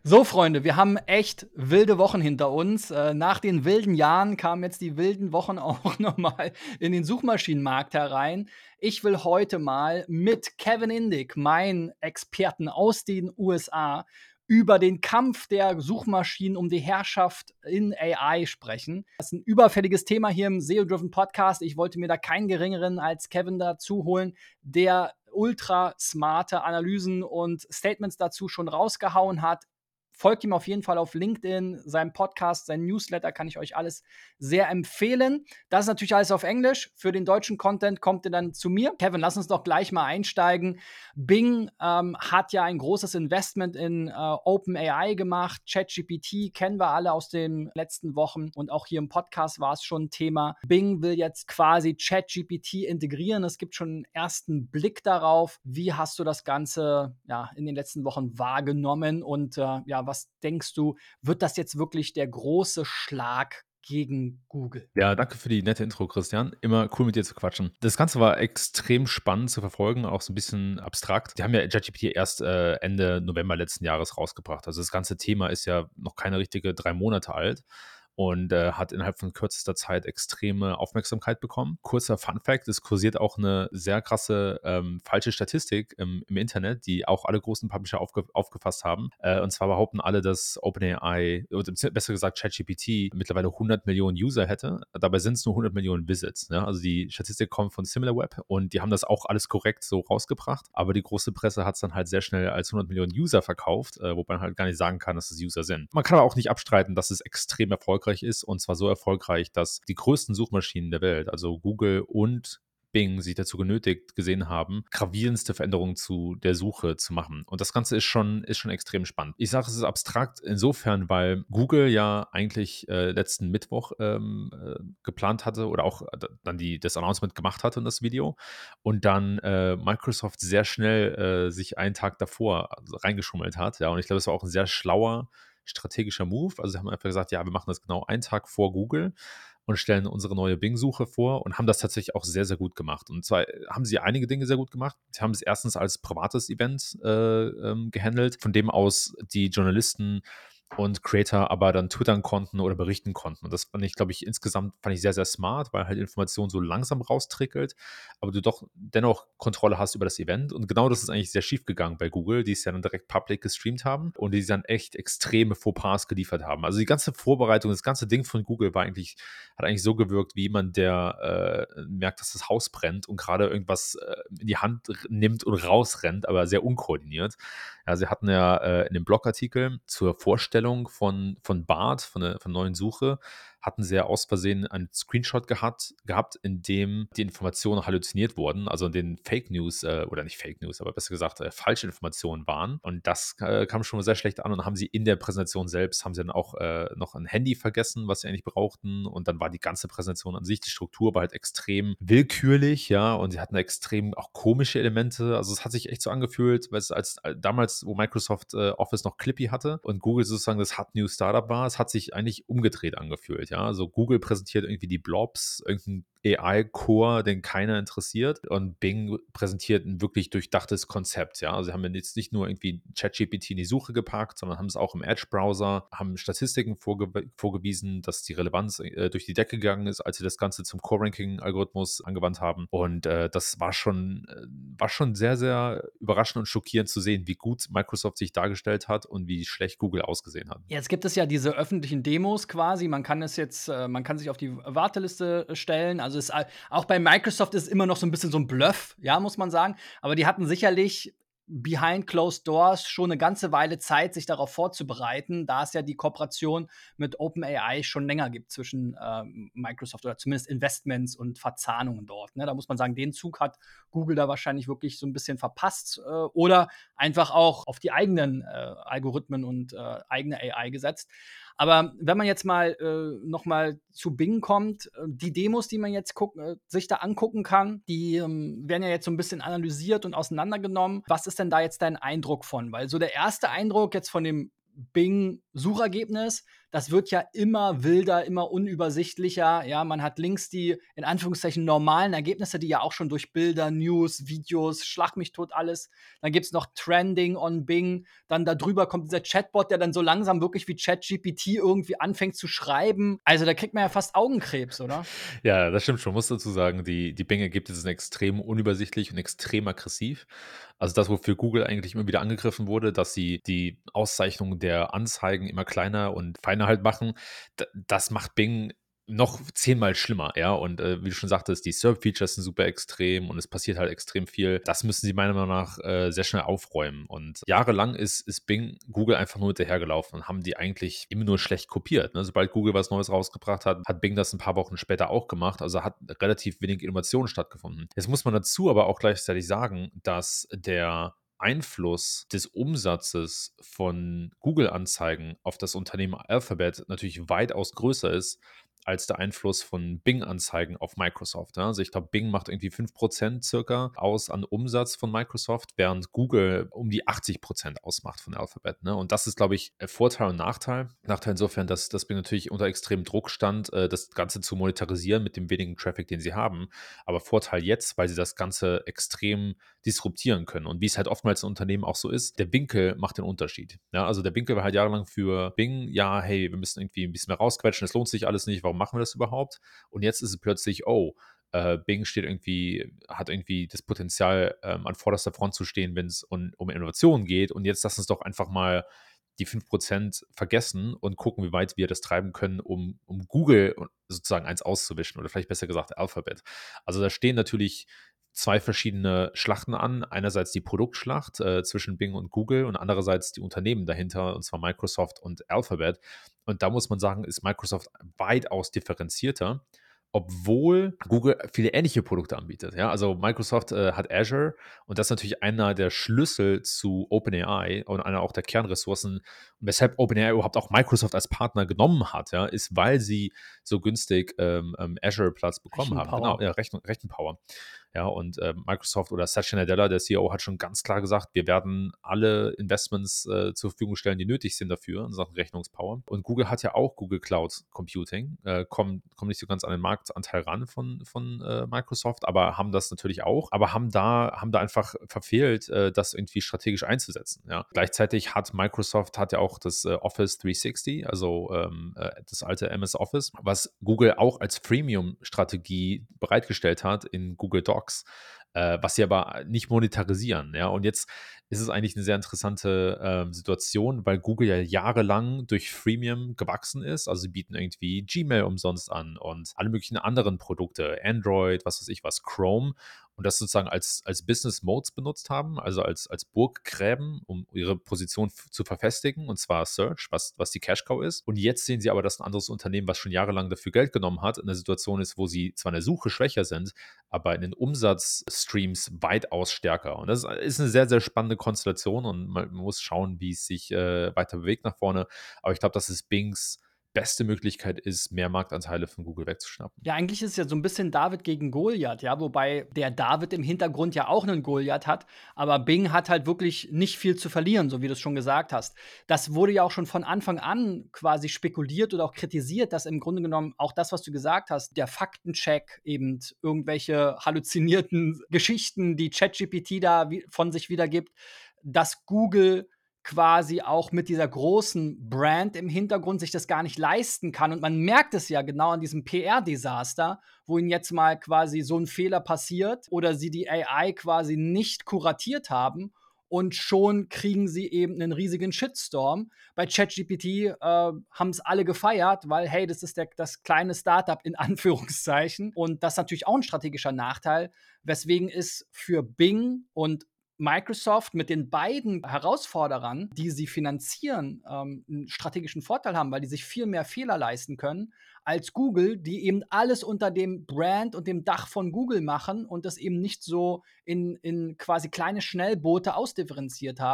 So, Freunde, wir haben echt wilde Wochen hinter uns. Nach den wilden Jahren kamen jetzt die wilden Wochen auch noch mal in den Suchmaschinenmarkt herein. Ich will heute mal mit Kevin Indig, meinen Experten aus den USA, über den Kampf der Suchmaschinen um die Herrschaft in AI sprechen. Das ist ein überfälliges Thema hier im SEO-Driven Podcast. Ich wollte mir da keinen geringeren als Kevin dazu holen, der ultra smarte Analysen und Statements dazu schon rausgehauen hat. Folgt ihm auf jeden Fall auf LinkedIn, seinem Podcast, sein Newsletter kann ich euch alles sehr empfehlen. Das ist natürlich alles auf Englisch. Für den deutschen Content kommt ihr dann zu mir. Kevin, lass uns doch gleich mal einsteigen. Bing hat ja ein großes Investment in OpenAI gemacht. ChatGPT kennen wir alle aus den letzten Wochen und auch hier im Podcast war es schon ein Thema. Bing will jetzt quasi ChatGPT integrieren. Es gibt schon einen ersten Blick darauf. Wie hast du das Ganze in den letzten Wochen wahrgenommen und was denkst du, wird das jetzt wirklich der große Schlag gegen Google? Ja, danke für die nette Intro, Christian. Immer cool mit dir zu quatschen. Das Ganze war extrem spannend zu verfolgen, auch so ein bisschen abstrakt. Die haben ja ChatGPT erst Ende November letzten Jahres rausgebracht. Also das ganze Thema ist ja noch keine richtige 3 Monate alt und hat innerhalb von kürzester Zeit extreme Aufmerksamkeit bekommen. Kurzer Fun-Fact, es kursiert auch eine sehr krasse falsche Statistik im Internet, die auch alle großen Publisher aufgefasst haben. Und zwar behaupten alle, dass OpenAI, oder besser gesagt ChatGPT, mittlerweile 100 Millionen User hätte. Dabei sind es nur 100 Millionen Visits. Ne? Also die Statistik kommt von SimilarWeb und die haben das auch alles korrekt so rausgebracht. Aber die große Presse hat es dann halt sehr schnell als 100 Millionen User verkauft, wobei man halt gar nicht sagen kann, dass es User sind. Man kann aber auch nicht abstreiten, dass es extrem erfolgreich ist, und zwar so erfolgreich, dass die größten Suchmaschinen der Welt, also Google und Bing, sich dazu genötigt gesehen haben, gravierendste Veränderungen zu der Suche zu machen. Und das Ganze ist schon extrem spannend. Ich sage, es ist abstrakt insofern, weil Google ja eigentlich letzten Mittwoch geplant hatte oder auch dann das Announcement gemacht hatte in das Video und dann Microsoft sehr schnell sich einen Tag davor reingeschummelt hat. Ja, und ich glaube, das war auch ein sehr schlauer strategischer Move. Also sie haben einfach gesagt, ja, wir machen das genau einen Tag vor Google und stellen unsere neue Bing-Suche vor und haben das tatsächlich auch sehr, sehr gut gemacht. Und zwar haben sie einige Dinge sehr gut gemacht. Sie haben es erstens als privates Event gehandelt, von dem aus die Journalisten und Creator aber dann twittern konnten oder berichten konnten. Und das fand ich, glaube ich, insgesamt sehr, sehr smart, weil halt Information so langsam raustrickelt, aber du doch dennoch Kontrolle hast über das Event. Und genau das ist eigentlich sehr schief gegangen bei Google, die es ja dann direkt public gestreamt haben und die dann echt extreme Fauxpas geliefert haben. Also die ganze Vorbereitung, das ganze Ding von Google hat eigentlich so gewirkt, wie jemand, der merkt, dass das Haus brennt und gerade irgendwas in die Hand nimmt und rausrennt, aber sehr unkoordiniert. Ja, sie hatten ja in dem Blogartikel zur Vorstellung von BART, von der neuen Suche, hatten sie ja aus Versehen einen Screenshot gehabt, in dem die Informationen halluziniert wurden, also in denen Fake News, oder nicht Fake News, aber besser gesagt falsche Informationen waren. Und das kam schon mal sehr schlecht an und haben sie in der Präsentation selbst, haben sie dann auch noch ein Handy vergessen, was sie eigentlich brauchten. Und dann war die ganze Präsentation an sich, die Struktur war halt extrem willkürlich, ja, und sie hatten extrem auch komische Elemente. Also es hat sich echt so angefühlt, weil es als damals, wo Microsoft Office noch Clippy hatte und Google sozusagen das Hot New Startup war, es hat sich eigentlich umgedreht angefühlt, ja. Also Google präsentiert irgendwie die Blobs, irgendein AI-Core, den keiner interessiert. Und Bing präsentiert ein wirklich durchdachtes Konzept, ja. Also sie haben jetzt nicht nur irgendwie ChatGPT in die Suche gepackt, sondern haben es auch im Edge-Browser, haben Statistiken vorgewiesen, dass die Relevanz durch die Decke gegangen ist, als sie das Ganze zum Core-Ranking-Algorithmus angewandt haben. Und das war schon sehr, sehr überraschend und schockierend zu sehen, wie gut Microsoft sich dargestellt hat und wie schlecht Google ausgesehen hat. Jetzt gibt es ja diese öffentlichen Demos quasi. Man kann man kann sich auf die Warteliste stellen. Also auch bei Microsoft ist immer noch so ein bisschen so ein Bluff, ja, muss man sagen. Aber die hatten sicherlich behind closed doors schon eine ganze Weile Zeit, sich darauf vorzubereiten, da es ja die Kooperation mit OpenAI schon länger gibt zwischen Microsoft oder zumindest Investments und Verzahnungen dort. Ne? Da muss man sagen, den Zug hat Google da wahrscheinlich wirklich so ein bisschen verpasst oder einfach auch auf die eigenen Algorithmen und eigene AI gesetzt. Aber wenn man jetzt mal noch mal zu Bing kommt, die Demos, die man jetzt sich da angucken kann, die werden ja jetzt so ein bisschen analysiert und auseinandergenommen. Was ist denn da jetzt dein Eindruck von? Weil so der erste Eindruck jetzt von dem Bing Suchergebnis, das wird ja immer wilder, immer unübersichtlicher. Ja, man hat links die in Anführungszeichen normalen Ergebnisse, die ja auch schon durch Bilder, News, Videos, schlag mich tot alles. Dann gibt's noch Trending on Bing. Dann da drüber kommt dieser Chatbot, der dann so langsam wirklich wie ChatGPT irgendwie anfängt zu schreiben. Also da kriegt man ja fast Augenkrebs, oder? Ja, das stimmt schon. Muss dazu sagen, die Bing-Ergebnisse sind extrem unübersichtlich und extrem aggressiv. Also das, wofür Google eigentlich immer wieder angegriffen wurde, dass sie die Auszeichnung der Anzeigen immer kleiner und feiner halt machen, das macht Bing noch zehnmal schlimmer, ja. Und wie du schon sagtest, die Serp-Features sind super extrem und es passiert halt extrem viel. Das müssen sie meiner Meinung nach sehr schnell aufräumen. Und jahrelang ist Bing Google einfach nur hinterhergelaufen und haben die eigentlich immer nur schlecht kopiert. Ne? Sobald Google was Neues rausgebracht hat, hat Bing das ein paar Wochen später auch gemacht. Also hat relativ wenig Innovation stattgefunden. Jetzt muss man dazu aber auch gleichzeitig sagen, dass der Einfluss des Umsatzes von Google-Anzeigen auf das Unternehmen Alphabet natürlich weitaus größer ist als der Einfluss von Bing-Anzeigen auf Microsoft. Ja? Also ich glaube, Bing macht irgendwie 5% circa aus an Umsatz von Microsoft, während Google um die 80% ausmacht von Alphabet. Ne? Und das ist, glaube ich, Vorteil und Nachteil. Nachteil insofern, dass Bing natürlich unter extremem Druck stand, das Ganze zu monetarisieren mit dem wenigen Traffic, den sie haben. Aber Vorteil jetzt, weil sie das Ganze extrem disruptieren können. Und wie es halt oftmals in Unternehmen auch so ist, der Winkel macht den Unterschied. Ja, also der Winkel war halt jahrelang für Bing, ja, hey, wir müssen irgendwie ein bisschen mehr rausquetschen, es lohnt sich alles nicht, warum machen wir das überhaupt? Und jetzt ist es plötzlich, oh, Bing hat irgendwie das Potenzial, an vorderster Front zu stehen, wenn es um Innovationen geht. Und jetzt lass uns doch einfach mal die 5% vergessen und gucken, wie weit wir das treiben können, um Google sozusagen eins auszuwischen oder vielleicht besser gesagt Alphabet. Also da stehen natürlich zwei verschiedene Schlachten an. Einerseits die Produktschlacht zwischen Bing und Google und andererseits die Unternehmen dahinter, und zwar Microsoft und Alphabet. Und da muss man sagen, ist Microsoft weitaus differenzierter, obwohl Google viele ähnliche Produkte anbietet. Ja? Also Microsoft hat Azure und das ist natürlich einer der Schlüssel zu OpenAI und einer auch der Kernressourcen. Und weshalb OpenAI überhaupt auch Microsoft als Partner genommen hat, ja, ist, weil sie so günstig Azure-Platz bekommen haben. Genau, Rechenpower. ja, Rechenpower. Ja, und Microsoft oder Satya Nadella, der CEO, hat schon ganz klar gesagt, wir werden alle Investments zur Verfügung stellen, die nötig sind dafür in Sachen Rechnungspower. Und Google hat ja auch Google Cloud Computing, kommen nicht so ganz an den Marktanteil ran von Microsoft, aber haben das natürlich auch, aber haben da einfach verfehlt, das irgendwie strategisch einzusetzen. Ja. Gleichzeitig hat Microsoft ja auch das Office 360, also das alte MS Office, was Google auch als Freemium-Strategie bereitgestellt hat in Google Docs, was sie aber nicht monetarisieren. Ja? Und jetzt ist es eigentlich eine sehr interessante Situation, weil Google ja jahrelang durch Freemium gewachsen ist. Also sie bieten irgendwie Gmail umsonst an und alle möglichen anderen Produkte, Android, was weiß ich was, Chrome. Und das sozusagen als Business Modes benutzt haben, also als Burggräben, um ihre Position zu verfestigen, und zwar Search, was die Cash Cow ist. Und jetzt sehen sie aber, dass ein anderes Unternehmen, was schon jahrelang dafür Geld genommen hat, in einer Situation ist, wo sie zwar in der Suche schwächer sind, aber in den Umsatzstreams weitaus stärker. Und das ist eine sehr, sehr spannende Konstellation und man muss schauen, wie es sich weiter bewegt nach vorne. Aber ich glaube, dass es Bings beste Möglichkeit ist, mehr Marktanteile von Google wegzuschnappen. Ja, eigentlich ist es ja so ein bisschen David gegen Goliath, ja, wobei der David im Hintergrund ja auch einen Goliath hat, aber Bing hat halt wirklich nicht viel zu verlieren, so wie du's schon gesagt hast. Das wurde ja auch schon von Anfang an quasi spekuliert oder auch kritisiert, dass im Grunde genommen auch das, was du gesagt hast, der Faktencheck, eben irgendwelche halluzinierten Geschichten, die ChatGPT da wie von sich wiedergibt, dass Google quasi auch mit dieser großen Brand im Hintergrund sich das gar nicht leisten kann. Und man merkt es ja genau an diesem PR-Desaster, wo ihnen jetzt mal quasi so ein Fehler passiert oder sie die AI quasi nicht kuratiert haben und schon kriegen sie eben einen riesigen Shitstorm. Bei ChatGPT haben es alle gefeiert, weil, hey, das ist das kleine Startup in Anführungszeichen. Und das ist natürlich auch ein strategischer Nachteil, weswegen es für Bing und Microsoft mit den beiden Herausforderern, die sie finanzieren, 'n strategischen Vorteil haben, weil die sich viel mehr Fehler leisten können als Google, die eben alles unter dem Brand und dem Dach von Google machen und das eben nicht so in quasi kleine Schnellboote ausdifferenziert haben.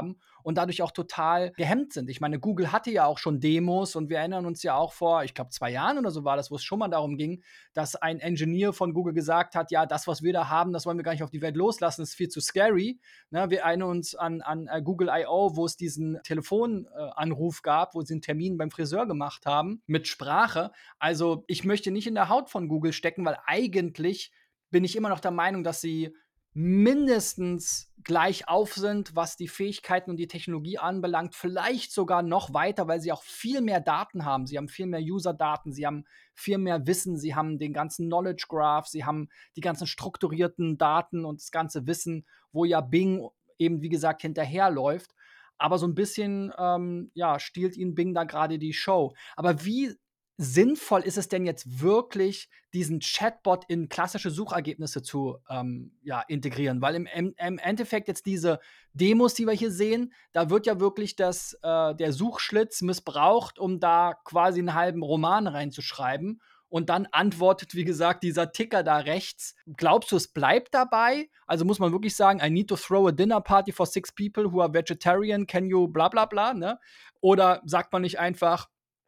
und dadurch auch total gehemmt sind. Ich meine, Google hatte ja auch schon Demos und wir erinnern uns ja auch vor, ich glaube, 2 Jahren oder so war das, wo es schon mal darum ging, dass ein Engineer von Google gesagt hat: „Ja, das, was wir da haben, das wollen wir gar nicht auf die Welt loslassen, das ist viel zu scary.“ Ne, wir erinnern uns an Google I.O., wo es diesen Telefonanruf gab, wo sie einen Termin beim Friseur gemacht haben mit Sprache. Also, ich möchte nicht in der Haut von Google stecken, weil eigentlich bin ich immer noch der Meinung, dass sie mindestens gleich auf sind, was die Fähigkeiten und die Technologie anbelangt, vielleicht sogar noch weiter, weil sie auch viel mehr Daten haben. Sie haben viel mehr User-Daten, sie haben viel mehr Wissen, sie haben den ganzen Knowledge Graph, sie haben die ganzen strukturierten Daten und das ganze Wissen, wo ja Bing eben, wie gesagt, hinterherläuft. Aber so ein bisschen, ja, stiehlt ihnen Bing da gerade die Show. Aber wie sinnvoll ist es denn jetzt wirklich, diesen Chatbot in klassische Suchergebnisse zu, ja, integrieren? Weil im Endeffekt jetzt diese Demos, die wir hier sehen, da wird ja wirklich der Suchschlitz missbraucht, um da quasi einen halben Roman reinzuschreiben. Und dann antwortet, wie gesagt, dieser Ticker da rechts. Glaubst du, es bleibt dabei? Also muss man wirklich sagen, I need to throw a dinner party for 6 people who are vegetarian, can you bla bla bla, ne? Oder sagt man nicht einfach,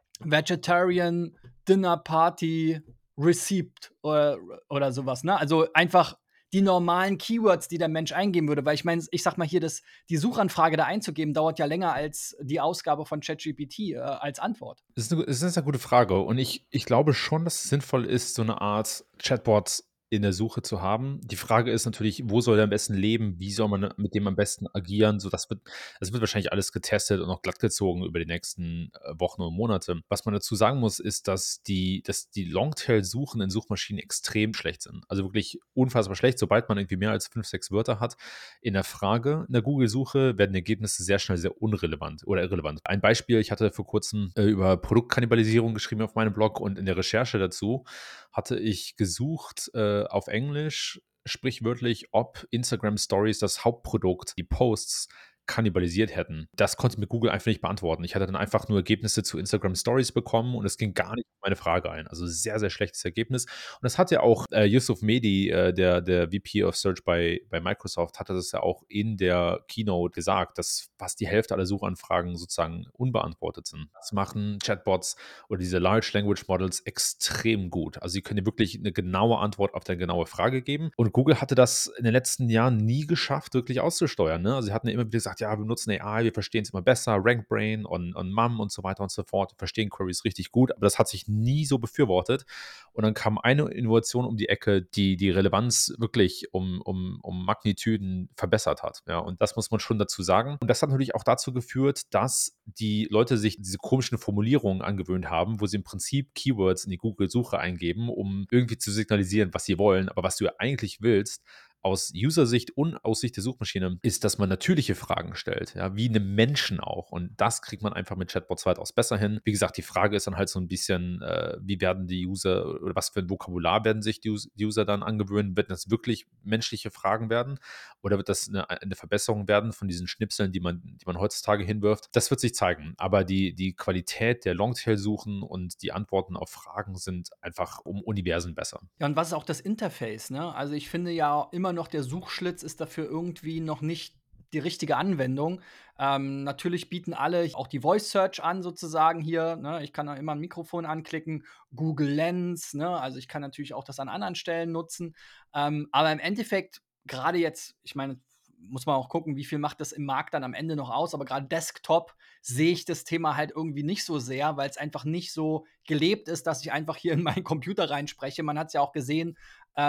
Vegetarian Dinner Party Receipt oder sowas, ne? Also einfach die normalen Keywords, die der Mensch eingeben würde, weil ich meine, ich sage mal hier, die Suchanfrage da einzugeben, dauert ja länger als die Ausgabe von ChatGPT, als Antwort. Es ist 'ne gute Frage und ich glaube schon, dass es sinnvoll ist, so eine Art Chatbot in der Suche zu haben. Die Frage ist natürlich, wo soll der am besten leben? Wie soll man mit dem am besten agieren? So, das wird wahrscheinlich alles getestet und auch glattgezogen über die nächsten, Wochen und Monate. Was man dazu sagen muss, ist, dass die Longtail-Suchen in Suchmaschinen extrem schlecht sind. Also wirklich unfassbar schlecht. Sobald man irgendwie mehr als 5, 6 Wörter hat in der Frage, in der Google-Suche, werden Ergebnisse sehr schnell sehr unrelevant oder irrelevant. Ein Beispiel, ich hatte vor Kurzem, über Produktkannibalisierung geschrieben auf meinem Blog und in der Recherche dazu hatte ich gesucht, auf Englisch, sprichwörtlich, ob Instagram Stories das Hauptprodukt, die Posts kannibalisiert hätten. Das konnte mir Google einfach nicht beantworten. Ich hatte dann einfach nur Ergebnisse zu Instagram Stories bekommen und es ging gar nicht auf meine Frage ein. Also sehr, sehr schlechtes Ergebnis. Und das hat ja auch Yusuf Mehdi, der VP of Search bei Microsoft, hatte das ja auch in der Keynote gesagt, dass fast die Hälfte aller Suchanfragen sozusagen unbeantwortet sind. Das machen Chatbots oder diese Large Language Models extrem gut. Also sie können dir wirklich eine genaue Antwort auf deine genaue Frage geben. Und Google hatte das in den letzten Jahren nie geschafft, wirklich auszusteuern. Ne? Also sie hatten ja immer wieder gesagt, ja, wir benutzen AI, wir verstehen es immer besser, RankBrain und MUM und so weiter und so fort, wir verstehen Queries richtig gut, aber das hat sich nie so befürwortet. Und dann kam eine Innovation um die Ecke, die Relevanz wirklich um Magnitüden verbessert hat. Ja, und das muss man schon dazu sagen. Und das hat natürlich auch dazu geführt, dass die Leute sich diese komischen Formulierungen angewöhnt haben, wo sie im Prinzip Keywords in die Google-Suche eingeben, um irgendwie zu signalisieren, was sie wollen. Aber was du ja eigentlich willst, aus User-Sicht und aus Sicht der Suchmaschine, ist, dass man natürliche Fragen stellt, ja, wie einem Menschen auch. Und das kriegt man einfach mit Chatbots weitaus besser hin. Wie gesagt, die Frage ist dann halt so ein bisschen, wie werden die User oder was für ein Vokabular werden sich die User dann angewöhnen? Wird das wirklich menschliche Fragen werden? Oder wird das eine Verbesserung werden von diesen Schnipseln, die man heutzutage hinwirft? Das wird sich zeigen. Aber die Qualität der Longtail-Suchen und die Antworten auf Fragen sind einfach um Universen besser. Ja, und was ist auch das Interface, ne? Also, ich finde ja immer noch, der Suchschlitz ist dafür irgendwie noch nicht die richtige Anwendung. Natürlich bieten alle auch die Voice Search an sozusagen hier, ne? Ich kann da immer ein Mikrofon anklicken, Google Lens, ne? Also, ich kann natürlich auch das an anderen Stellen nutzen. Aber im Endeffekt, gerade jetzt, ich meine, muss man auch gucken, wie viel macht das im Markt dann am Ende noch aus, aber gerade Desktop sehe ich das Thema halt irgendwie nicht so sehr, weil es einfach nicht so gelebt ist, dass ich einfach hier in meinen Computer reinspreche. Man hat es ja auch gesehen,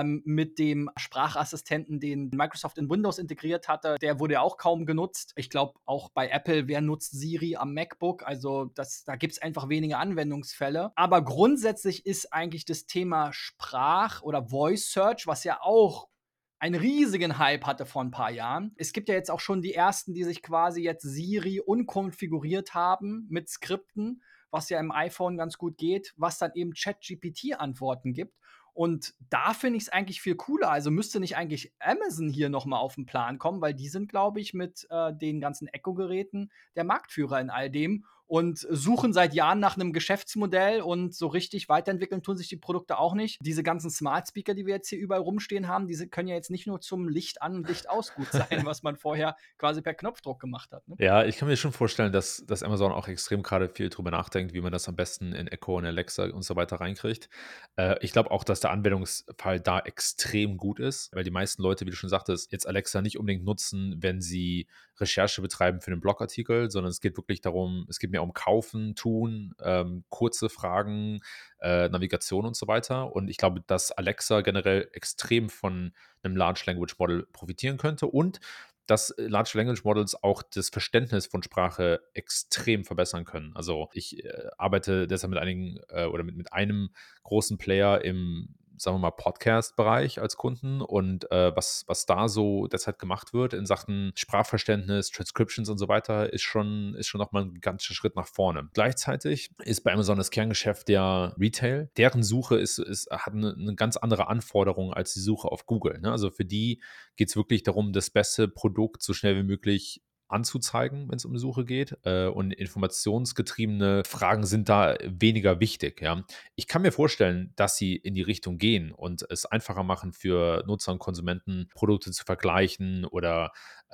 mit dem Sprachassistenten, den Microsoft in Windows integriert hatte, der wurde ja auch kaum genutzt. Ich glaube, auch bei Apple, wer nutzt Siri am MacBook? Also da gibt es einfach wenige Anwendungsfälle. Aber grundsätzlich ist eigentlich das Thema Sprach- oder Voice Search, was ja auch einen riesigen Hype hatte vor ein paar Jahren. Es gibt ja jetzt auch schon die ersten, die sich quasi jetzt Siri unkonfiguriert haben mit Skripten, was ja im iPhone ganz gut geht, was dann eben ChatGPT-Antworten gibt. Und da finde ich es eigentlich viel cooler. Also müsste nicht eigentlich Amazon hier noch mal auf den Plan kommen, weil die sind, glaube ich, mit den ganzen Echo-Geräten der Marktführer in all dem. und suchen seit Jahren nach einem Geschäftsmodell und so richtig weiterentwickeln tun sich die Produkte auch nicht. Diese ganzen Smart Speaker, die wir jetzt hier überall rumstehen haben, diese können ja jetzt nicht nur zum Licht an und Licht aus gut sein, was man vorher quasi per Knopfdruck gemacht hat, ne? Ja, ich kann mir schon vorstellen, dass Amazon auch extrem gerade viel drüber nachdenkt, wie man das am besten in Echo und Alexa und so weiter reinkriegt. Ich glaube auch, dass der Anwendungsfall da extrem gut ist, weil die meisten Leute, wie du schon sagtest, jetzt Alexa nicht unbedingt nutzen, wenn sie Recherche betreiben für einen Blogartikel, sondern es geht wirklich darum, es geht mehr um Kaufen, Tun, kurze Fragen, Navigation und so weiter. Und ich glaube, dass Alexa generell extrem von einem Large Language Model profitieren könnte und dass Large Language Models auch das Verständnis von Sprache extrem verbessern können. Also ich arbeite deshalb mit einigen oder mit einem großen Player im, sagen wir mal, Podcast-Bereich als Kunden und was da so derzeit gemacht wird in Sachen Sprachverständnis, Transcriptions und so weiter, ist schon nochmal ein ganzer Schritt nach vorne. Gleichzeitig ist bei Amazon das Kerngeschäft ja Retail. Deren Suche hat eine ganz andere Anforderung als die Suche auf Google. Ne? Also für die geht es wirklich darum, das beste Produkt so schnell wie möglich anzuzeigen, wenn es um die Suche geht. Und informationsgetriebene Fragen sind da weniger wichtig. Ja. Ich kann mir vorstellen, dass sie in die Richtung gehen und es einfacher machen für Nutzer und Konsumenten, Produkte zu vergleichen oder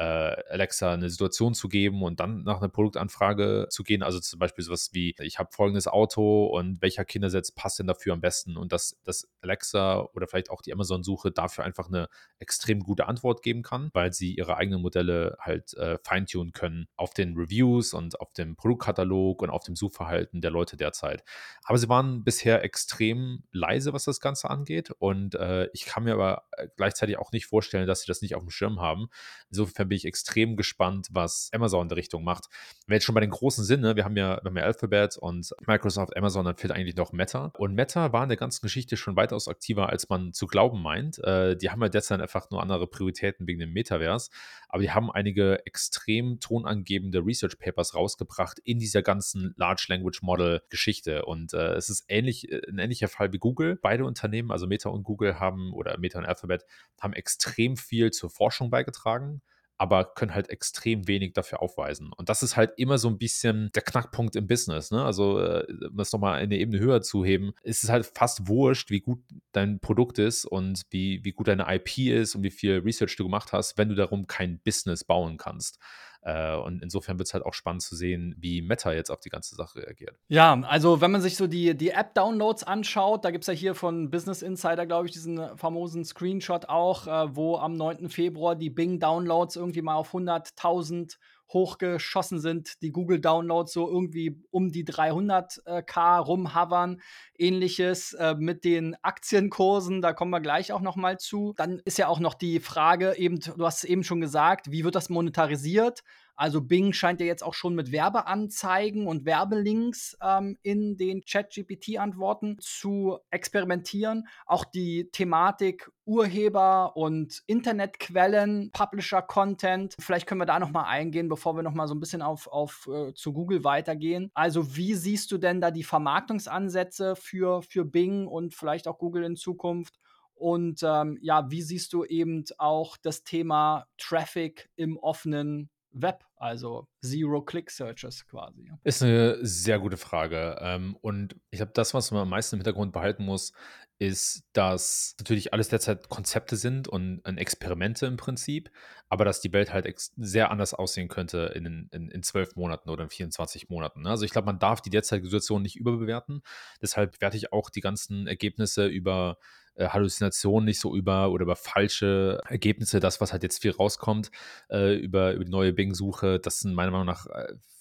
Alexa eine Situation zu geben und dann nach einer Produktanfrage zu gehen. Also zum Beispiel sowas wie, ich habe folgendes Auto und welcher Kindersitz passt denn dafür am besten? Und dass Alexa oder vielleicht auch die Amazon-Suche dafür einfach eine extrem gute Antwort geben kann, weil sie ihre eigenen Modelle halt feintunen können auf den Reviews und auf dem Produktkatalog und auf dem Suchverhalten der Leute derzeit. Aber sie waren bisher extrem leise, was das Ganze angeht. Und ich kann mir aber gleichzeitig auch nicht vorstellen, dass sie das nicht auf dem Schirm haben. Insofern bin ich extrem gespannt, was Amazon in der Richtung macht. Wenn jetzt schon bei den großen sind, ne, wir haben ja Alphabet und Microsoft, Amazon, dann fehlt eigentlich noch Meta. Und Meta war in der ganzen Geschichte schon weitaus aktiver, als man zu glauben meint. Die haben ja derzeit einfach nur andere Prioritäten wegen dem Metaverse. Aber die haben einige extrem tonangebende Research Papers rausgebracht in dieser ganzen Large Language Model Geschichte. Und es ist ein ähnlicher Fall wie Google. Beide Unternehmen, also Meta und Google oder Meta und Alphabet, haben extrem viel zur Forschung beigetragen, aber können halt extrem wenig dafür aufweisen. Und das ist halt immer so ein bisschen der Knackpunkt im Business. Ne? Also, um das nochmal eine Ebene höher zu heben, ist es halt fast wurscht, wie gut dein Produkt ist und wie gut deine IP ist und wie viel Research du gemacht hast, wenn du darum kein Business bauen kannst. Und insofern wird es halt auch spannend zu sehen, wie Meta jetzt auf die ganze Sache reagiert. Ja, also wenn man sich so die App-Downloads anschaut, da gibt's ja hier von Business Insider, glaube ich, diesen famosen Screenshot auch, wo am 9. Februar die Bing-Downloads irgendwie mal auf 100.000 hochgeschossen sind, die Google-Downloads so irgendwie um die 300 K rumhovern. Ähnliches mit den Aktienkursen, da kommen wir gleich auch noch mal zu. Dann ist ja auch noch die Frage eben, du hast es eben schon gesagt, wie wird das monetarisiert? Also Bing scheint ja jetzt auch schon mit Werbeanzeigen und Werbelinks in den ChatGPT-Antworten zu experimentieren. Auch die Thematik Urheber und Internetquellen, Publisher-Content. Vielleicht können wir da noch mal eingehen, bevor wir noch mal so ein bisschen auf zu Google weitergehen. Also wie siehst du denn da die Vermarktungsansätze für Bing und vielleicht auch Google in Zukunft? Und ja, wie siehst du eben auch das Thema Traffic im offenen Web, also Zero-Click-Searches quasi? Ist eine sehr gute Frage. Und ich glaube, das, was man am meisten im Hintergrund behalten muss, ist, dass natürlich alles derzeit Konzepte sind und Experimente im Prinzip, aber dass die Welt halt sehr anders aussehen könnte in 12 Monaten oder in 24 Monaten, ne? Also, ich glaube, man darf die derzeitige Situation nicht überbewerten. Deshalb werte ich auch die ganzen Ergebnisse über, Halluzinationen nicht so oder über falsche Ergebnisse, das, was halt jetzt viel rauskommt, über die neue Bing-Suche. Das sind meiner Meinung nach,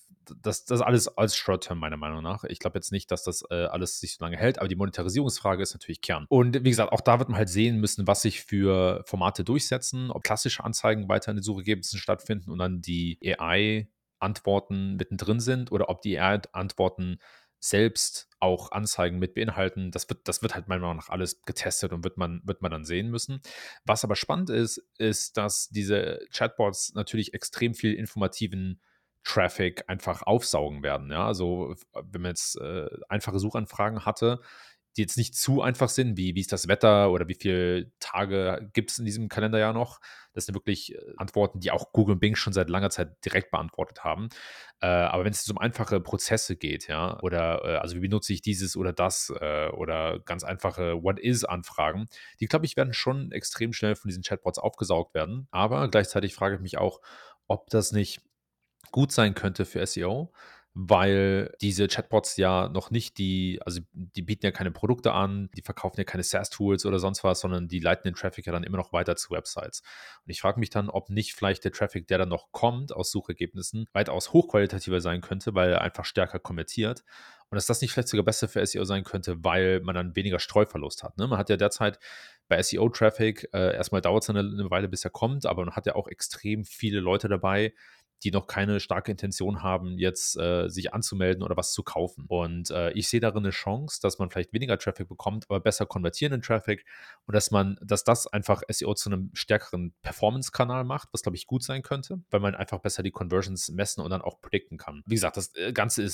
das alles als Short-Term meiner Meinung nach. Ich glaube jetzt nicht, dass das alles sich so lange hält, aber die Monetarisierungsfrage ist natürlich Kern. Und wie gesagt, auch da wird man halt sehen müssen, was sich für Formate durchsetzen, ob klassische Anzeigen weiter in den Suchergebnissen stattfinden und dann die AI-Antworten mittendrin sind oder ob die AI-Antworten selbst auch Anzeigen mit beinhalten. Das wird halt meiner Meinung nach alles getestet und wird man dann sehen müssen. Was aber spannend ist, dass diese Chatbots natürlich extrem viel informativen Traffic einfach aufsaugen werden. Ja, also wenn man jetzt einfache Suchanfragen hatte, die jetzt nicht zu einfach sind, wie ist das Wetter oder wie viele Tage gibt es in diesem Kalenderjahr noch. Das sind wirklich Antworten, die auch Google und Bing schon seit langer Zeit direkt beantwortet haben. Aber wenn es um einfache Prozesse geht, ja, oder also wie benutze ich dieses oder das oder ganz einfache What-is-Anfragen, die, glaube ich, werden schon extrem schnell von diesen Chatbots aufgesaugt werden. Aber gleichzeitig frage ich mich auch, ob das nicht gut sein könnte für SEO, weil diese Chatbots ja noch nicht die bieten ja keine Produkte an, die verkaufen ja keine SaaS-Tools oder sonst was, sondern die leiten den Traffic ja dann immer noch weiter zu Websites. Und ich frage mich dann, ob nicht vielleicht der Traffic, der dann noch kommt aus Suchergebnissen, weitaus hochqualitativer sein könnte, weil er einfach stärker konvertiert. Und dass das nicht vielleicht sogar besser für SEO sein könnte, weil man dann weniger Streuverlust hat. Ne? Man hat ja derzeit bei SEO-Traffic, erstmal dauert es eine Weile, bis er kommt, aber man hat ja auch extrem viele Leute dabei, die noch keine starke Intention haben, jetzt sich anzumelden oder was zu kaufen. Und ich sehe darin eine Chance, dass man vielleicht weniger Traffic bekommt, aber besser konvertierenden Traffic und dass das einfach SEO zu einem stärkeren Performance-Kanal macht, was, glaube ich, gut sein könnte, weil man einfach besser die Conversions messen und dann auch predikten kann. Wie gesagt, das Ganze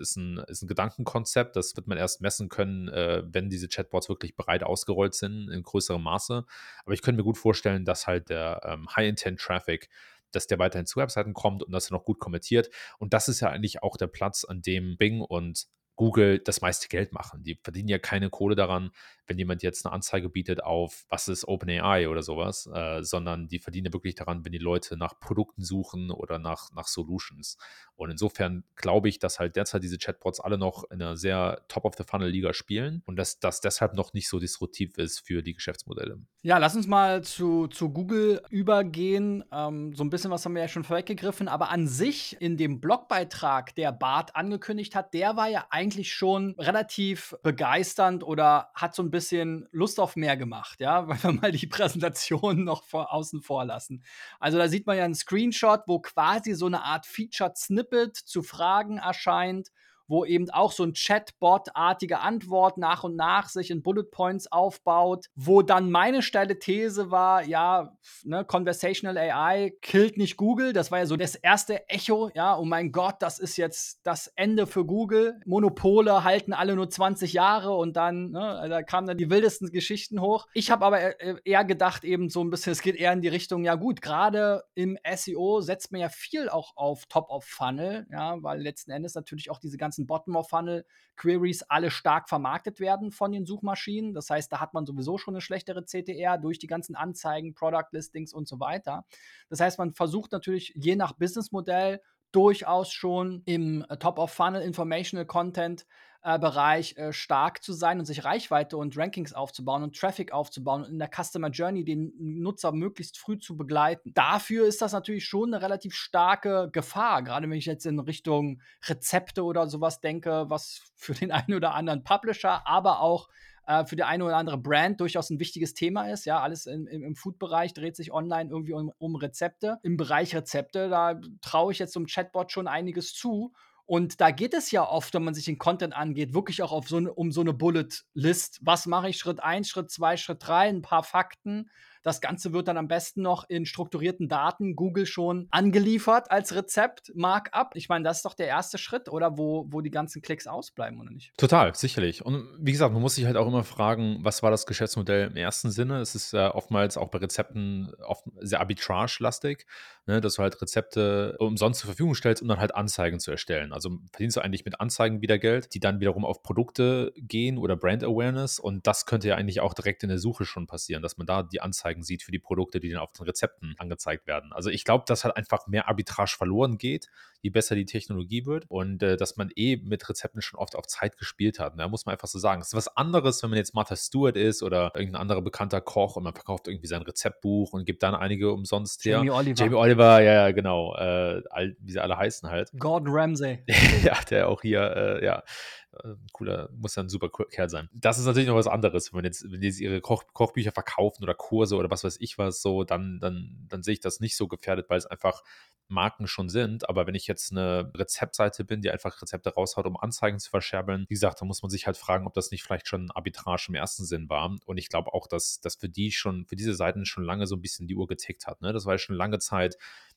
ist ein Gedankenkonzept, das wird man erst messen können, wenn diese Chatbots wirklich breit ausgerollt sind, in größerem Maße. Aber ich könnte mir gut vorstellen, dass halt der High-Intent-Traffic, dass der weiterhin zu Webseiten kommt und dass er noch gut konvertiert. Und das ist ja eigentlich auch der Platz, an dem Bing und Google das meiste Geld machen. Die verdienen ja keine Kohle daran, wenn jemand jetzt eine Anzeige bietet auf, was ist OpenAI oder sowas, sondern die verdienen ja wirklich daran, wenn die Leute nach Produkten suchen oder nach Solutions. Und insofern glaube ich, dass halt derzeit diese Chatbots alle noch in einer sehr Top-of-the-Funnel-Liga spielen und dass das deshalb noch nicht so disruptiv ist für die Geschäftsmodelle. Ja, lass uns mal zu Google übergehen. So ein bisschen was haben wir ja schon vorweggegriffen, aber an sich in dem Blogbeitrag, der Bart angekündigt hat, der war ja eigentlich schon relativ begeisternd oder hat so ein bisschen Lust auf mehr gemacht, ja, wenn wir mal die Präsentation noch außen vor lassen. Also, da sieht man ja einen Screenshot, wo quasi so eine Art Featured Snippet zu Fragen erscheint, wo eben auch so ein Chatbot-artige Antwort nach und nach sich in Bullet Points aufbaut, wo dann meine steile These war, ja, ne, Conversational AI killt nicht Google. Das war ja so das erste Echo, ja, oh mein Gott, das ist jetzt das Ende für Google. Monopole halten alle nur 20 Jahre und dann, ne, da kamen dann die wildesten Geschichten hoch. Ich habe aber eher gedacht, eben so ein bisschen, es geht eher in die Richtung, ja gut, gerade im SEO setzt man ja viel auch auf Top of Funnel, ja, weil letzten Endes natürlich auch diese ganzen Bottom-of-Funnel-Queries alle stark vermarktet werden von den Suchmaschinen. Das heißt, da hat man sowieso schon eine schlechtere CTR durch die ganzen Anzeigen, Product-Listings und so weiter. Das heißt, man versucht natürlich je nach Businessmodell durchaus schon im Top-of-Funnel Informational Content Bereich stark zu sein und sich Reichweite und Rankings aufzubauen und Traffic aufzubauen und in der Customer Journey den Nutzer möglichst früh zu begleiten. Dafür ist das natürlich schon eine relativ starke Gefahr, gerade wenn ich jetzt in Richtung Rezepte oder sowas denke, was für den einen oder anderen Publisher, aber auch für die eine oder andere Brand durchaus ein wichtiges Thema ist. Ja, alles im Food-Bereich dreht sich online irgendwie um Rezepte. Im Bereich Rezepte, da traue ich jetzt so einem Chatbot schon einiges zu. Und da geht es ja oft, wenn man sich den Content angeht, wirklich auch um so eine Bullet-List. Was mache ich? Schritt eins, Schritt 2, Schritt 3, ein paar Fakten. Das Ganze wird dann am besten noch in strukturierten Daten Google schon angeliefert als Rezept, Markup. Ich meine, das ist doch der erste Schritt, oder? Wo die ganzen Klicks ausbleiben, oder nicht? Total, sicherlich. Und wie gesagt, man muss sich halt auch immer fragen, was war das Geschäftsmodell im ersten Sinne? Es ist ja oftmals auch bei Rezepten oft sehr arbitrage-lastig, ne, dass du halt Rezepte umsonst zur Verfügung stellst, um dann halt Anzeigen zu erstellen. Also verdienst du eigentlich mit Anzeigen wieder Geld, die dann wiederum auf Produkte gehen oder Brand Awareness. Und das könnte ja eigentlich auch direkt in der Suche schon passieren, dass man da die Anzeigen sieht für die Produkte, die dann auf den Rezepten angezeigt werden. Also ich glaube, dass halt einfach mehr Arbitrage verloren geht, je besser die Technologie wird und dass man mit Rezepten schon oft auf Zeit gespielt hat. Da muss man einfach so sagen. Es ist was anderes, wenn man jetzt Martha Stewart ist oder irgendein anderer bekannter Koch und man verkauft irgendwie sein Rezeptbuch und gibt dann einige umsonst her. Jamie Oliver, Jamie Oliver, ja, ja, genau. Wie sie alle heißen halt. Gordon Ramsay. Ja, der auch hier, ja, cooler, muss ja ein super Kerl sein. Das ist natürlich noch was anderes, wenn die jetzt ihre Kochbücher verkaufen oder Kurse oder was weiß ich was, so, dann sehe ich das nicht so gefährdet, weil es einfach Marken schon sind. Aber wenn ich jetzt eine Rezeptseite bin, die einfach Rezepte raushaut, um Anzeigen zu verscherbeln, wie gesagt, da muss man sich halt fragen, ob das nicht vielleicht schon Arbitrage im ersten Sinn war. Und ich glaube auch, dass für diese Seiten schon lange so ein bisschen die Uhr getickt hat. Ne? Das war ja schon lange Zeit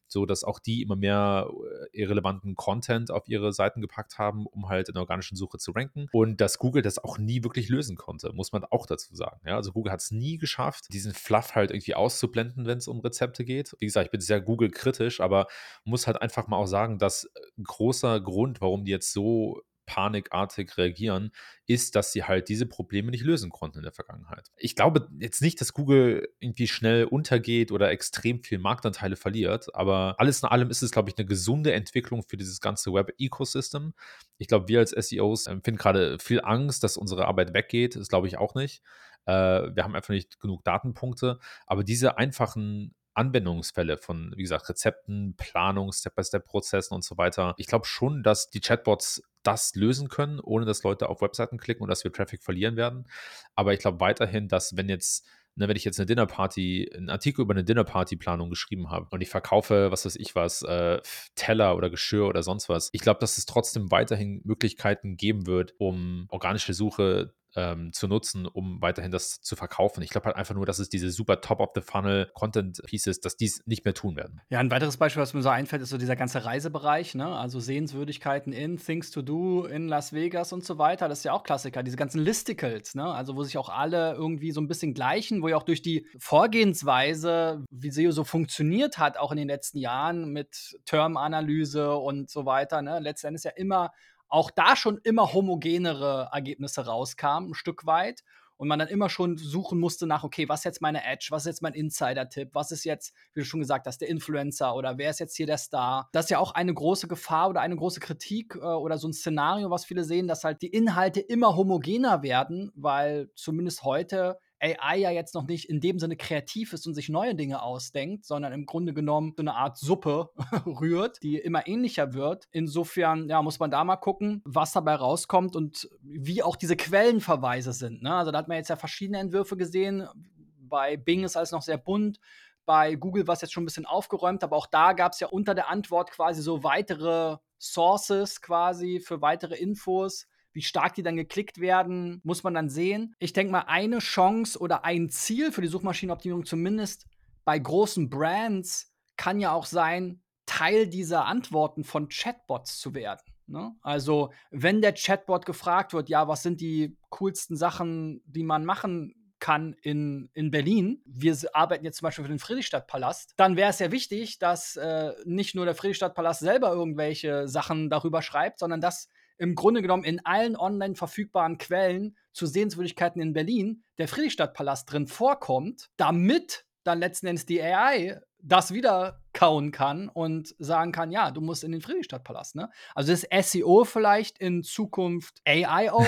so dass auch die immer mehr irrelevanten Content auf ihre Seiten gepackt haben, um halt in der organischen Suche zu ranken. Und dass Google das auch nie wirklich lösen konnte, muss man auch dazu sagen. Ja, also Google hat es nie geschafft, diesen Fluff halt irgendwie auszublenden, wenn es um Rezepte geht. Wie gesagt, ich bin sehr Google-kritisch, aber muss halt einfach mal auch sagen, dass ein großer Grund, warum die jetzt so panikartig reagieren, ist, dass sie halt diese Probleme nicht lösen konnten in der Vergangenheit. Ich glaube jetzt nicht, dass Google irgendwie schnell untergeht oder extrem viel Marktanteile verliert, aber alles in allem ist es, glaube ich, eine gesunde Entwicklung für dieses ganze Web-Ecosystem. Ich glaube, wir als SEOs empfinden gerade viel Angst, dass unsere Arbeit weggeht. Das glaube ich auch nicht. Wir haben einfach nicht genug Datenpunkte, aber diese einfachen Anwendungsfälle von, wie gesagt, Rezepten, Planung, Step-by-Step-Prozessen und so weiter. Ich glaube schon, dass die Chatbots das lösen können, ohne dass Leute auf Webseiten klicken und dass wir Traffic verlieren werden. Aber ich glaube weiterhin, dass wenn ich jetzt eine Dinnerparty, einen Artikel über eine Dinnerparty-Planung geschrieben habe und ich verkaufe, was weiß ich was, Teller oder Geschirr oder sonst was, ich glaube, dass es trotzdem weiterhin Möglichkeiten geben wird, um organische Suche zu nutzen, um weiterhin das zu verkaufen. Ich glaube halt einfach nur, dass es diese super Top-of-the-Funnel-Content-Pieces, dass die es nicht mehr tun werden. Ja, ein weiteres Beispiel, was mir so einfällt, ist so dieser ganze Reisebereich, ne? Also Sehenswürdigkeiten in Things to Do in Las Vegas und so weiter. Das ist ja auch Klassiker. Diese ganzen Listicles, ne? Also, wo sich auch alle irgendwie so ein bisschen gleichen, wo ja auch durch die Vorgehensweise, wie SEO so funktioniert hat, auch in den letzten Jahren mit Term-Analyse und so weiter, ne? Letzten Endes ja immer auch da schon immer homogenere Ergebnisse rauskamen, 'n Stück weit. Und man dann immer schon suchen musste nach, okay, was ist jetzt meine Edge, was ist jetzt mein Insider-Tipp, was ist jetzt, wie du schon gesagt hast, der Influencer oder wer ist jetzt hier der Star? Das ist ja auch eine große Gefahr oder eine große Kritik oder so ein Szenario, was viele sehen, dass halt die Inhalte immer homogener werden, weil zumindest heute AI ja jetzt noch nicht in dem Sinne kreativ ist und sich neue Dinge ausdenkt, sondern im Grunde genommen so eine Art Suppe rührt, die immer ähnlicher wird. Insofern, ja, muss man da mal gucken, was dabei rauskommt und wie auch diese Quellenverweise sind, ne? Also, da hat man jetzt ja verschiedene Entwürfe gesehen. Bei Bing ist alles noch sehr bunt. Bei Google war's jetzt schon ein bisschen aufgeräumt, aber auch da gab's ja unter der Antwort quasi so weitere Sources quasi für weitere Infos. Wie stark die dann geklickt werden, muss man dann sehen. Ich denke mal, eine Chance oder ein Ziel für die Suchmaschinenoptimierung, zumindest bei großen Brands, kann ja auch sein, Teil dieser Antworten von Chatbots zu werden, ne? Also, wenn der Chatbot gefragt wird: „Ja, was sind die coolsten Sachen, die man machen kann in Berlin?“ Wir arbeiten jetzt zum Beispiel für den Friedrichstadtpalast. Dann wäre es ja wichtig, dass nicht nur der Friedrichstadtpalast selber irgendwelche Sachen darüber schreibt, sondern dass im Grunde genommen in allen online verfügbaren Quellen zu Sehenswürdigkeiten in Berlin der Friedrichstadtpalast drin vorkommt, damit dann letzten Endes die AI das wieder kauen kann und sagen kann, ja, du musst in den Friedrichstadtpalast, ne? Also ist SEO vielleicht in Zukunft AIO?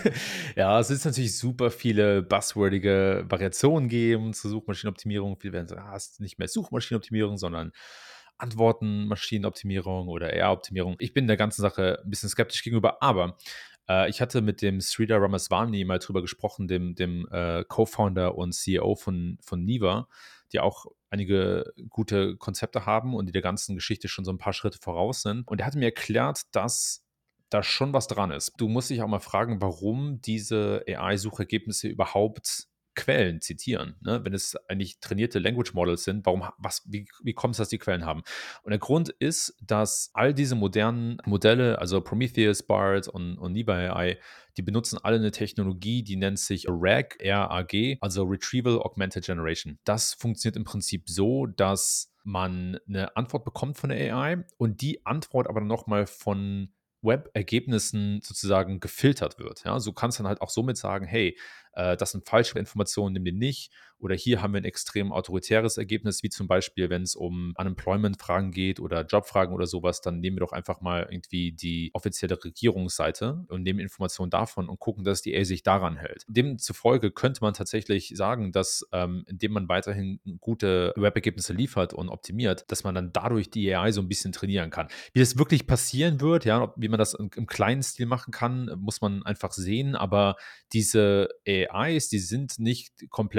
Ja, es ist natürlich super viele buzzwordige Variationen geben zur Suchmaschinenoptimierung. Viele werden sagen, es ist nicht mehr Suchmaschinenoptimierung, sondern Antworten-Maschinenoptimierung oder AI-Optimierung. Ich bin der ganzen Sache ein bisschen skeptisch gegenüber, aber ich hatte mit dem Sridhar Ramaswamy mal drüber gesprochen, dem Co-Founder und CEO von Neeva, die auch einige gute Konzepte haben und die der ganzen Geschichte schon so ein paar Schritte voraus sind. Und er hatte mir erklärt, dass da schon was dran ist. Du musst dich auch mal fragen, warum diese AI-Suchergebnisse überhaupt Quellen zitieren, ne? Wenn es eigentlich trainierte Language Models sind, wie kommt es, dass die Quellen haben? Und der Grund ist, dass all diese modernen Modelle, also Prometheus, BART und Neva AI, die benutzen alle eine Technologie, die nennt sich RAG, R-A-G, also Retrieval Augmented Generation. Das funktioniert im Prinzip so, dass man eine Antwort bekommt von der AI und die Antwort aber nochmal von Web-Ergebnissen sozusagen gefiltert wird. Ja, so kannst du dann halt auch somit sagen, hey, das sind falsche Informationen, nimm den nicht. Oder hier haben wir ein extrem autoritäres Ergebnis, wie zum Beispiel, wenn es um Unemployment-Fragen geht oder Jobfragen oder sowas, dann nehmen wir doch einfach mal irgendwie die offizielle Regierungsseite und nehmen Informationen davon und gucken, dass die AI sich daran hält. Demzufolge könnte man tatsächlich sagen, dass indem man weiterhin gute Web-Ergebnisse liefert und optimiert, dass man dann dadurch die AI so ein bisschen trainieren kann. Wie das wirklich passieren wird, ja, wie man das im kleinen Stil machen kann, muss man einfach sehen. Aber diese AIs, die sind nicht komplett wild,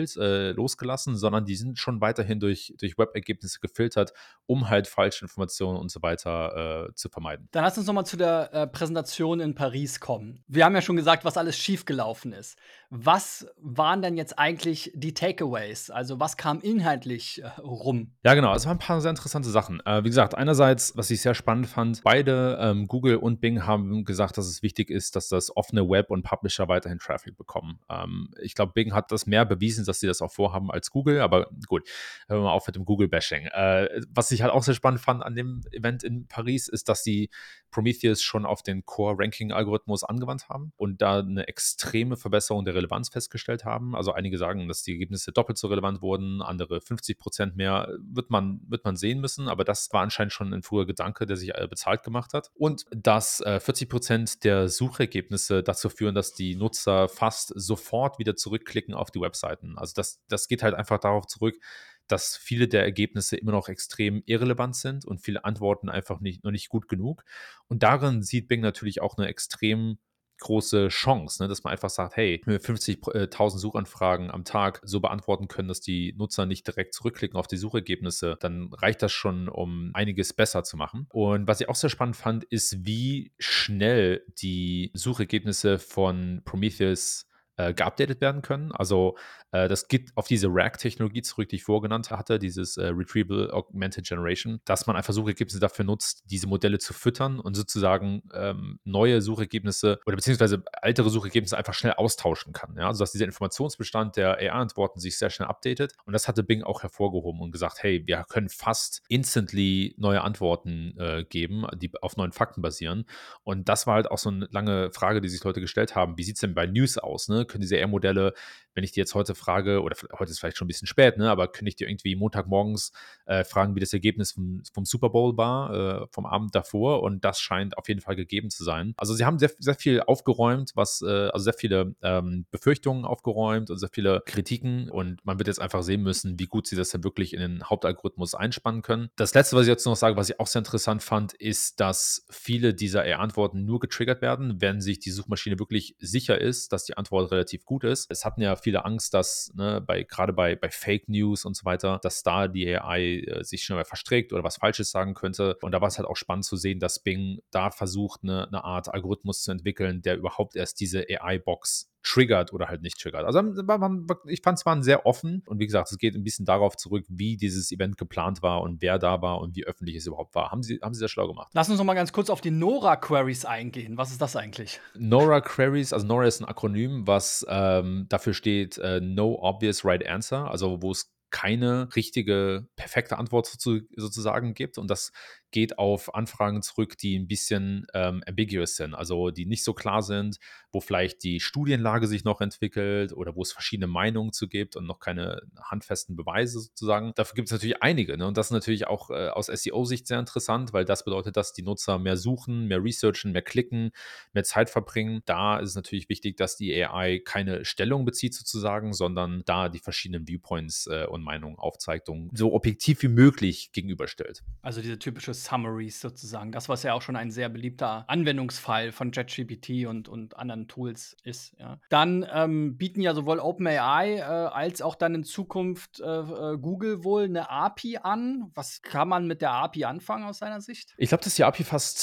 wild losgelassen, sondern die sind schon weiterhin durch Web-Ergebnisse gefiltert, um halt falsche Informationen und so weiter zu vermeiden. Dann lass uns noch mal zu der, Präsentation in Paris kommen. Wir haben ja schon gesagt, was alles schiefgelaufen ist. Was waren denn jetzt eigentlich die Takeaways? Also, was kam inhaltlich, rum? Ja, genau. Es waren ein paar sehr interessante Sachen. Wie gesagt, einerseits, was ich sehr spannend fand, beide, Google und Bing haben gesagt, dass es wichtig ist, dass das offene Web und Publisher weiterhin Traffic bekommen. Ich glaube, Bing hat das mehr bewiesen, dass sie das auch vorhaben als Google, aber gut, hören wir mal auf mit dem Google-Bashing. Was ich halt auch sehr spannend fand an dem Event in Paris, ist, dass sie Prometheus schon auf den Core-Ranking-Algorithmus angewandt haben und da eine extreme Verbesserung der Relevanz festgestellt haben. Also einige sagen, dass die Ergebnisse doppelt so relevant wurden, andere 50% mehr. Wird man sehen müssen, aber das war anscheinend schon ein früher Gedanke, der sich bezahlt gemacht hat. Und dass 40% der Suchergebnisse dazu führen, dass die Nutzer fast sofort wieder zurückklicken auf die Webseiten. Also das geht halt einfach darauf zurück, dass viele der Ergebnisse immer noch extrem irrelevant sind und viele Antworten einfach noch nicht gut genug. Und darin sieht Bing natürlich auch eine extrem große Chance, ne, dass man einfach sagt, hey, wenn wir 50.000 Suchanfragen am Tag so beantworten können, dass die Nutzer nicht direkt zurückklicken auf die Suchergebnisse, dann reicht das schon, um einiges besser zu machen. Und was ich auch sehr spannend fand, ist, wie schnell die Suchergebnisse von Prometheus geupdatet werden können. Also das geht auf diese RAG-Technologie zurück, die ich vorher genannt hatte, dieses Retrieval Augmented Generation, dass man einfach Suchergebnisse dafür nutzt, diese Modelle zu füttern und sozusagen neue Suchergebnisse oder beziehungsweise ältere Suchergebnisse einfach schnell austauschen kann. Ja? Also dass dieser Informationsbestand der AI-Antworten sich sehr schnell updatet. Und das hatte Bing auch hervorgehoben und gesagt, hey, wir können fast instantly neue Antworten geben, die auf neuen Fakten basieren. Und das war halt auch so eine lange Frage, die sich Leute gestellt haben. Wie sieht es denn bei News aus? Ne? Können diese AI-Modelle, wenn ich die jetzt heute frage, oder heute ist vielleicht schon ein bisschen spät, ne, aber könnte ich dir irgendwie Montagmorgens fragen, wie das Ergebnis vom Super Bowl war, vom Abend davor, und das scheint auf jeden Fall gegeben zu sein. Also sie haben sehr, sehr viel aufgeräumt, also sehr viele Befürchtungen aufgeräumt und sehr viele Kritiken, und man wird jetzt einfach sehen müssen, wie gut sie das dann wirklich in den Hauptalgorithmus einspannen können. Das Letzte, was ich jetzt noch sage, was ich auch sehr interessant fand, ist, dass viele dieser AI-Antworten nur getriggert werden, wenn sich die Suchmaschine wirklich sicher ist, dass die Antwort relativ gut ist. Es hatten ja viele Angst, dass gerade bei Fake News und so weiter, dass da die AI sich schnell mal verstrickt oder was Falsches sagen könnte. Und da war es halt auch spannend zu sehen, dass Bing da versucht, eine Art Algorithmus zu entwickeln, der überhaupt erst diese AI-Box triggert oder halt nicht triggert. Also ich fand es waren sehr offen, und wie gesagt, es geht ein bisschen darauf zurück, wie dieses Event geplant war und wer da war und wie öffentlich es überhaupt war. Haben sie sehr schlau gemacht. Lass uns noch mal ganz kurz auf die Nora-Queries eingehen. Was ist das eigentlich? NORA Queries, also NORA ist ein Akronym, was dafür steht No Obvious Right Answer, also wo es keine richtige, perfekte Antwort sozusagen gibt. Und das geht auf Anfragen zurück, die ein bisschen ambiguous sind, also die nicht so klar sind, wo vielleicht die Studienlage sich noch entwickelt oder wo es verschiedene Meinungen zu gibt und noch keine handfesten Beweise sozusagen. Dafür gibt es natürlich einige. Ne? Und das ist natürlich auch aus SEO-Sicht sehr interessant, weil das bedeutet, dass die Nutzer mehr suchen, mehr researchen, mehr klicken, mehr Zeit verbringen. Da ist es natürlich wichtig, dass die AI keine Stellung bezieht sozusagen, sondern da die verschiedenen Viewpoints und Meinungen aufzeigt und so objektiv wie möglich gegenüberstellt. Also diese typische Summaries sozusagen. Das, was ja auch schon ein sehr beliebter Anwendungsfall von ChatGPT und anderen Tools ist, ja. Dann, bieten ja sowohl OpenAI, als auch dann in Zukunft, Google wohl eine API an. Was kann man mit der API anfangen aus deiner Sicht? Ich glaube, dass die API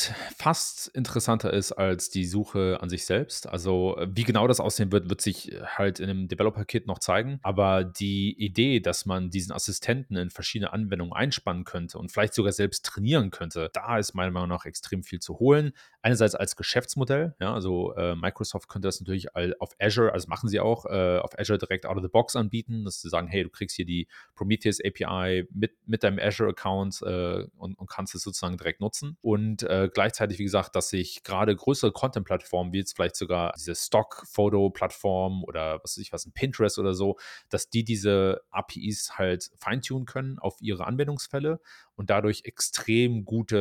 fast interessanter ist als die Suche an sich selbst. Also, wie genau das aussehen wird, wird sich halt in 'nem Developer-Kit noch zeigen. Aber die Idee, dass man diesen Assistenten in verschiedene Anwendungen einspannen könnte und vielleicht sogar selbst trainieren könnte, da ist meiner Meinung nach extrem viel zu holen. Einerseits als Geschäftsmodell, ja, also, Microsoft könnte das natürlich auf Azure, also machen sie auch, auf Azure direkt out of the box anbieten, dass sie sagen: „Hey, du kriegst hier die Prometheus API mit deinem Azure-Account und kannst es sozusagen direkt nutzen. Und gleichzeitig, wie gesagt, dass sich gerade größere Content-Plattformen, wie jetzt vielleicht sogar diese Stock-Foto-Plattform oder was weiß ich was, ein Pinterest oder so, dass die diese APIs halt feintunen können auf ihre Anwendungsfälle und dadurch extrem gute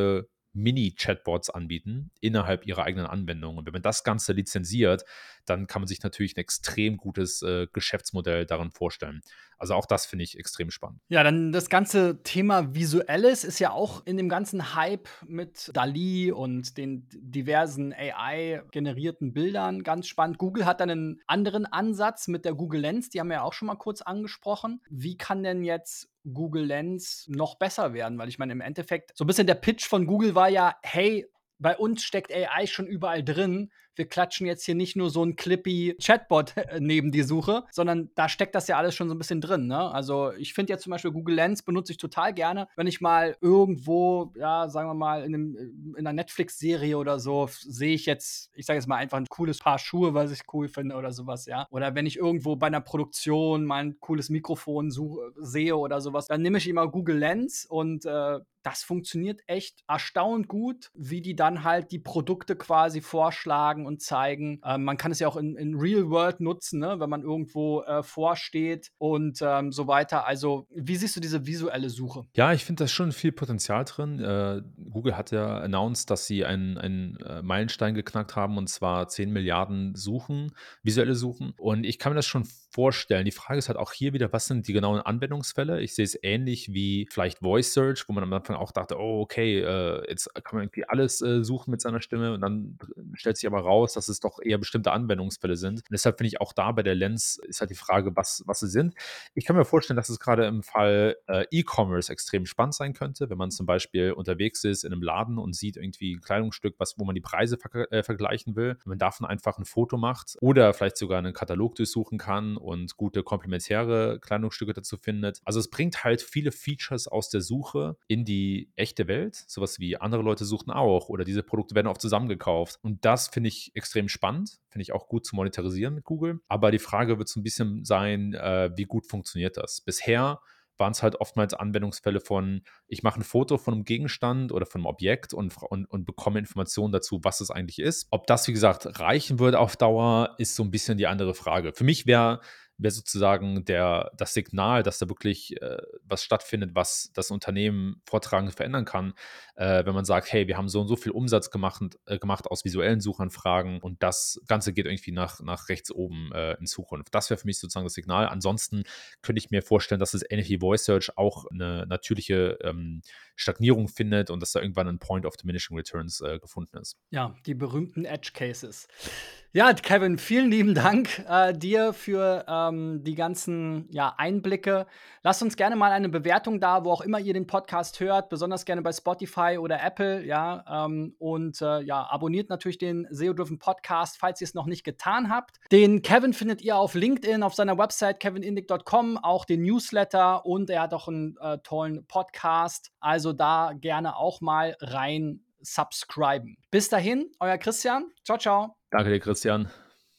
Mini-Chatbots anbieten innerhalb ihrer eigenen Anwendung. Und wenn man das Ganze lizenziert, dann kann man sich natürlich ein extrem gutes Geschäftsmodell darin vorstellen. Also auch das finde ich extrem spannend. Ja, dann das ganze Thema Visuelles ist ja auch in dem ganzen Hype mit DALL-E und den diversen AI-generierten Bildern ganz spannend. Google hat dann einen anderen Ansatz mit der Google Lens, die haben wir ja auch schon mal kurz angesprochen. Wie kann denn jetzt Google Lens noch besser werden? Weil ich meine, im Endeffekt, so ein bisschen der Pitch von Google war ja: „Hey, bei uns steckt AI schon überall drin. Wir klatschen jetzt hier nicht nur so ein clippy Chatbot neben die Suche, sondern da steckt das ja alles schon so ein bisschen drin, ne? Also, ich finde jetzt zum Beispiel Google Lens benutze ich total gerne, wenn ich mal irgendwo, ja, sagen wir mal, in 'ner Netflix-Serie oder so sehe ich jetzt, ich sage jetzt mal einfach ein cooles Paar Schuhe, was ich cool finde oder sowas, ja. Oder wenn ich irgendwo bei einer Produktion mal ein cooles Mikrofon sehe oder sowas, dann nehme ich immer Google Lens und, das funktioniert echt erstaunt gut, wie die dann halt die Produkte quasi vorschlagen und zeigen. Man kann es ja auch in Real World nutzen, ne, wenn man irgendwo vorsteht und so weiter. Also, wie siehst du diese visuelle Suche? Ja, ich finde da schon viel Potenzial drin. Google hat ja announced, dass sie einen Meilenstein geknackt haben, und zwar 10 Milliarden Suchen, visuelle Suchen. Und ich kann mir das schon vorstellen. Die Frage ist halt auch hier wieder, was sind die genauen Anwendungsfälle? Ich sehe es ähnlich wie vielleicht Voice Search, wo man am Anfang auch dachte, oh, okay, jetzt kann man irgendwie alles suchen mit seiner Stimme, und dann stellt sich aber raus, dass es doch eher bestimmte Anwendungsfälle sind. Und deshalb finde ich auch da bei der Lens ist halt die Frage, was sie sind. Ich kann mir vorstellen, dass es gerade im Fall E-Commerce extrem spannend sein könnte, wenn man zum Beispiel unterwegs ist in einem Laden und sieht irgendwie ein Kleidungsstück, wo man die Preise vergleichen will. Wenn man davon einfach ein Foto macht oder vielleicht sogar einen Katalog durchsuchen kann und gute komplementäre Kleidungsstücke dazu findet. Also es bringt halt viele Features aus der Suche in die echte Welt. Sowas wie andere Leute suchen auch oder diese Produkte werden oft zusammengekauft. Und das finde ich extrem spannend. Finde ich auch gut zu monetarisieren mit Google. Aber die Frage wird so ein bisschen sein, wie gut funktioniert das? Bisher waren es halt oftmals Anwendungsfälle von, ich mache ein Foto von einem Gegenstand oder von einem Objekt und bekomme Informationen dazu, was es eigentlich ist. Ob das, wie gesagt, reichen würde auf Dauer, ist so ein bisschen die andere Frage. Für mich wäre sozusagen das Signal, dass da wirklich was stattfindet, was das Unternehmen vortragend verändern kann, wenn man sagt, hey, wir haben so und so viel Umsatz gemacht aus visuellen Suchanfragen, und das Ganze geht irgendwie nach rechts oben in Zukunft. Das wäre für mich sozusagen das Signal. Ansonsten könnte ich mir vorstellen, dass es ähnlich wie Voice Search auch eine natürliche Stagnierung findet und dass da irgendwann ein Point of Diminishing Returns gefunden ist. Ja, die berühmten Edge Cases. Ja, Kevin, vielen lieben Dank dir für die ganzen, ja, Einblicke. Lasst uns gerne mal eine Bewertung da, wo auch immer ihr den Podcast hört, besonders gerne bei Spotify oder Apple, ja. Und ja, abonniert natürlich den SEO-Driven Podcast, falls ihr es noch nicht getan habt. Den Kevin findet ihr auf LinkedIn, auf seiner Website kevinindick.com, auch den Newsletter, und er hat auch einen tollen Podcast. Also da gerne auch mal rein subscriben. Bis dahin, euer Christian. Ciao, ciao. Danke dir, Christian.